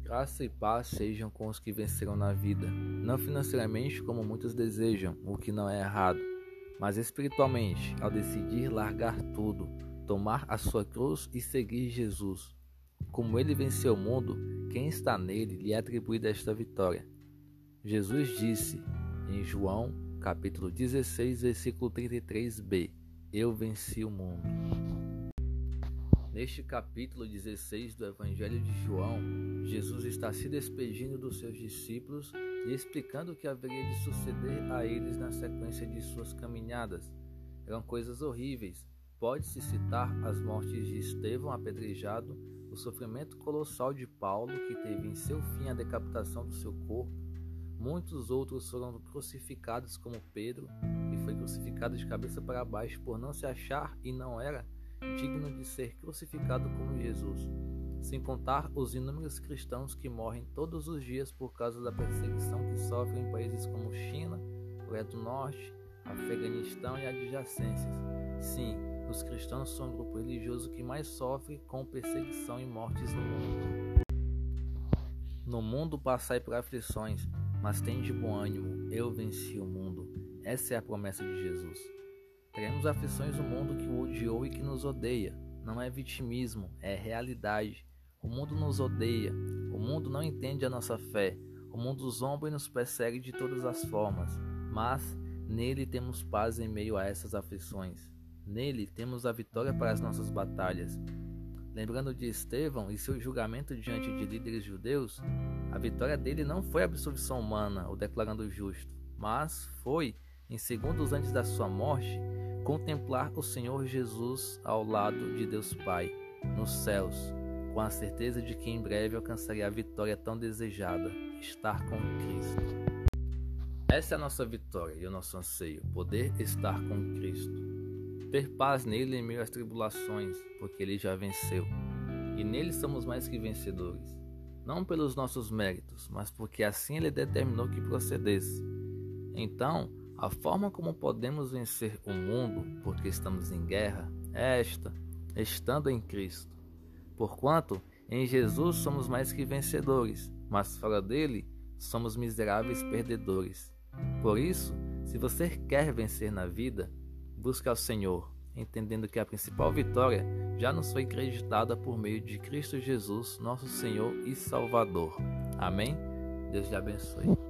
Graça e paz sejam com os que venceram na vida, não financeiramente como muitos desejam, o que não é errado, mas espiritualmente, ao decidir largar tudo, tomar a sua cruz e seguir Jesus. Como ele venceu o mundo, quem está nele lhe é atribuída esta vitória. Jesus disse em João, capítulo 16, versículo 33b: Eu venci o mundo. Neste capítulo 16 do Evangelho de João, Jesus está se despedindo dos seus discípulos e explicando o que haveria de suceder a eles na sequência de suas caminhadas. Eram coisas horríveis. Pode-se citar as mortes de Estevão apedrejado, o sofrimento colossal de Paulo, que teve em seu fim a decapitação do seu corpo. Muitos outros foram crucificados, como Pedro, que foi crucificado de cabeça para baixo por não se achar e não era digno de ser crucificado como Jesus, sem contar os inúmeros cristãos que morrem todos os dias por causa da perseguição que sofrem em países como China, Coreia do Norte, Afeganistão e adjacências. Sim, os cristãos são o grupo religioso que mais sofre com perseguição e mortes no mundo. No mundo passai por aflições, mas tende bom ânimo, eu venci o mundo. Essa é a promessa de Jesus. Teremos aflições no mundo que o odiou e que nos odeia. Não é vitimismo, é realidade. O mundo nos odeia, o mundo não entende a nossa fé, o mundo zomba e nos persegue de todas as formas, mas nele temos paz em meio a essas aflições. Nele temos a vitória para as nossas batalhas. Lembrando de Estevão e seu julgamento diante de líderes judeus, a vitória dele não foi a absolvição humana, o declarando justo, mas foi, em segundos antes da sua morte, contemplar o Senhor Jesus ao lado de Deus Pai, nos céus, com a certeza de que em breve alcançaria a vitória tão desejada, estar com Cristo. Essa é a nossa vitória e o nosso anseio, poder estar com Cristo. Ter paz nele em meio às tribulações, porque ele já venceu. E nele somos mais que vencedores, não pelos nossos méritos, mas porque assim ele determinou que procedesse. Então, a forma como podemos vencer o mundo, porque estamos em guerra, é esta: estando em Cristo. Porquanto, em Jesus somos mais que vencedores, mas fora dele somos miseráveis perdedores. Por isso, se você quer vencer na vida, busque ao Senhor, entendendo que a principal vitória já nos foi creditada por meio de Cristo Jesus, nosso Senhor e Salvador. Amém? Deus te abençoe.